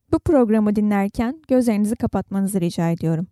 Bu programı dinlerken gözlerinizi kapatmanızı rica ediyorum.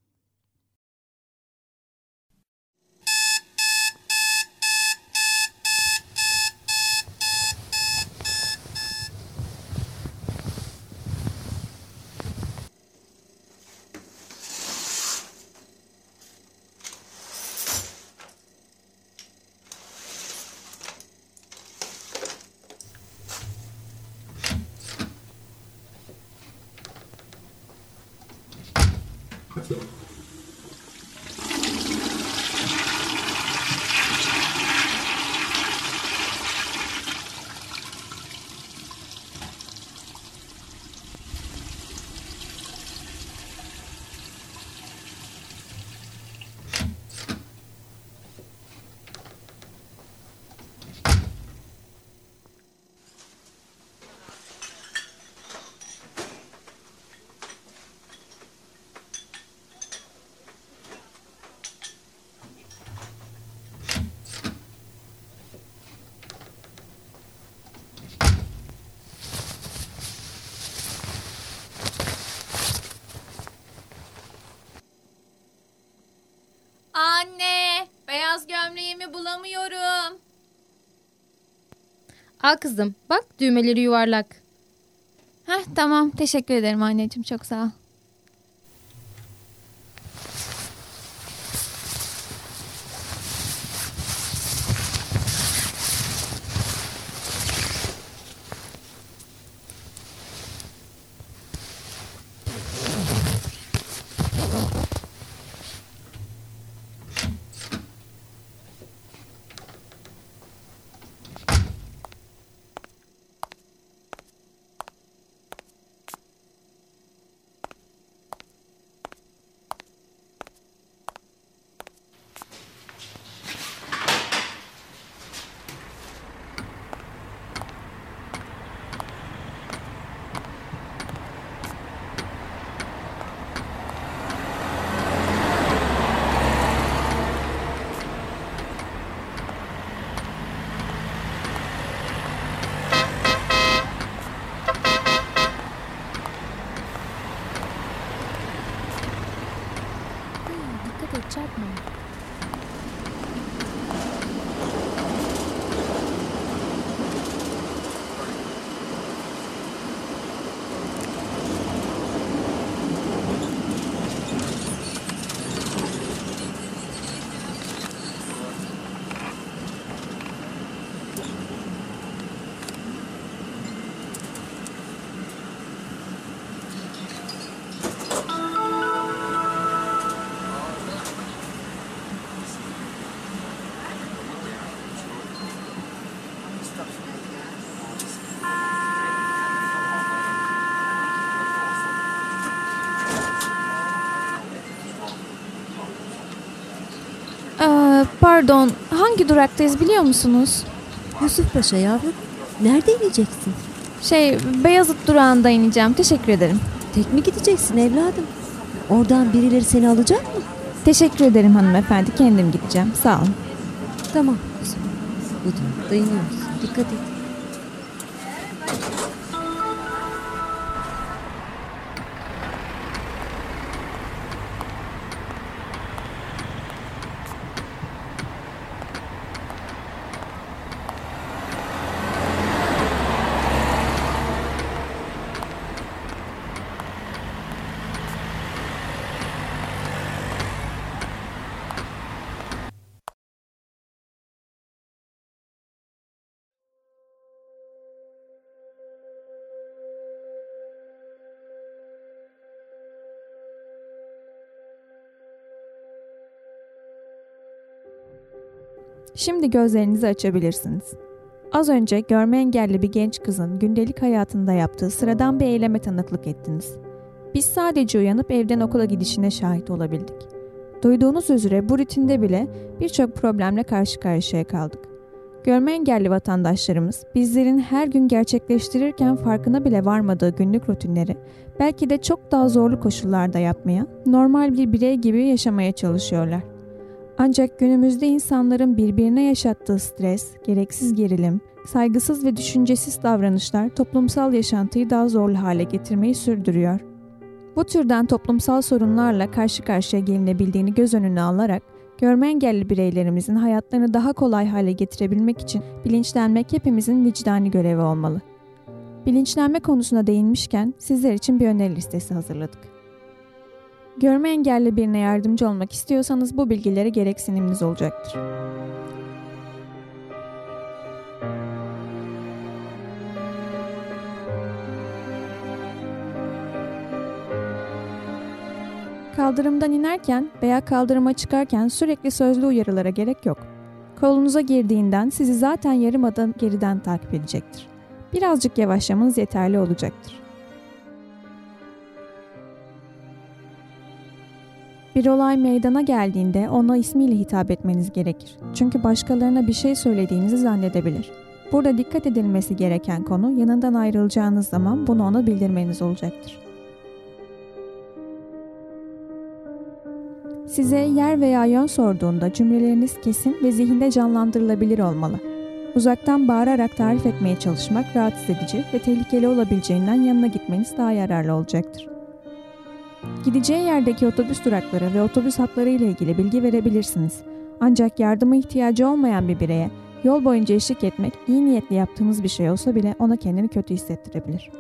Anne, beyaz gömleğimi bulamıyorum. Al kızım, bak düğmeleri yuvarlak. Tamam, teşekkür ederim anneciğim, çok sağ ol. Dikkat et, çarpma. Pardon, hangi duraktayız biliyor musunuz? Yusuf Paşa yavrum, nerede ineceksin? Beyazıt durağında ineceğim, teşekkür ederim. Tek mi gideceksin evladım? Oradan birileri seni alacak mı? Teşekkür ederim hanımefendi, kendim gideceğim, sağ olun. Tamam kızım, bu durakta iniyoruz, dikkat et. Şimdi gözlerinizi açabilirsiniz. Az önce görme engelli bir genç kızın gündelik hayatında yaptığı sıradan bir eyleme tanıklık ettiniz. Biz sadece uyanıp evden okula gidişine şahit olabildik. Duyduğunuz üzere bu rutinde bile birçok problemle karşı karşıya kaldık. Görme engelli vatandaşlarımız bizlerin her gün gerçekleştirirken farkına bile varmadığı günlük rutinleri belki de çok daha zorlu koşullarda yapmaya, normal bir birey gibi yaşamaya çalışıyorlar. Ancak günümüzde insanların birbirine yaşattığı stres, gereksiz gerilim, saygısız ve düşüncesiz davranışlar toplumsal yaşantıyı daha zorlu hale getirmeyi sürdürüyor. Bu türden toplumsal sorunlarla karşı karşıya gelinebildiğini göz önüne alarak, görme engelli bireylerimizin hayatlarını daha kolay hale getirebilmek için bilinçlenmek hepimizin vicdani görevi olmalı. Bilinçlenme konusuna değinmişken sizler için bir öneri listesi hazırladık. Görme engelli birine yardımcı olmak istiyorsanız bu bilgilere gereksiniminiz olacaktır. Kaldırımdan inerken veya kaldırıma çıkarken sürekli sözlü uyarılara gerek yok. Kolunuza girdiğinden sizi zaten yarım adım geriden takip edecektir. Birazcık yavaşlamanız yeterli olacaktır. Bir olay meydana geldiğinde ona ismiyle hitap etmeniz gerekir. Çünkü başkalarına bir şey söylediğinizi zannedebilir. Burada dikkat edilmesi gereken konu yanından ayrılacağınız zaman bunu ona bildirmeniz olacaktır. Size yer veya yön sorduğunda cümleleriniz kesin ve zihinde canlandırılabilir olmalı. Uzaktan bağırarak tarif etmeye çalışmak rahatsız edici ve tehlikeli olabileceğinden yanına gitmeniz daha yararlı olacaktır. Gideceği yerdeki otobüs durakları ve otobüs hatları ile ilgili bilgi verebilirsiniz. Ancak yardıma ihtiyacı olmayan bir bireye yol boyunca eşlik etmek iyi niyetli yaptığınız bir şey olsa bile ona kendini kötü hissettirebilir.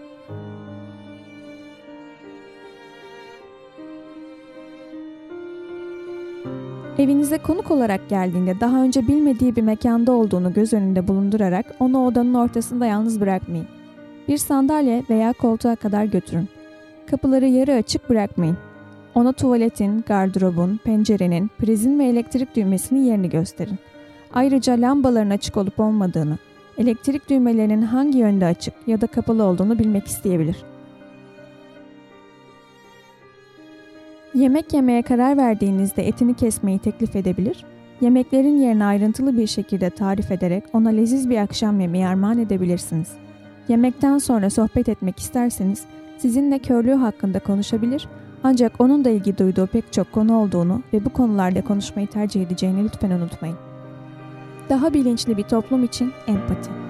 Evinize konuk olarak geldiğinde daha önce bilmediği bir mekanda olduğunu göz önünde bulundurarak onu odanın ortasında yalnız bırakmayın. Bir sandalye veya koltuğa kadar götürün. Kapıları yarı açık bırakmayın. Ona tuvaletin, gardırobun, pencerenin, prizin ve elektrik düğmesinin yerini gösterin. Ayrıca lambaların açık olup olmadığını, elektrik düğmelerinin hangi yönde açık ya da kapalı olduğunu bilmek isteyebilir. Yemek yemeye karar verdiğinizde etini kesmeyi teklif edebilir, yemeklerin yerini ayrıntılı bir şekilde tarif ederek ona leziz bir akşam yemeği armağan edebilirsiniz. Yemekten sonra sohbet etmek isterseniz sizinle körlüğü hakkında konuşabilir, ancak onun da ilgi duyduğu pek çok konu olduğunu ve bu konularda konuşmayı tercih edeceğini lütfen unutmayın. Daha bilinçli bir toplum için empati.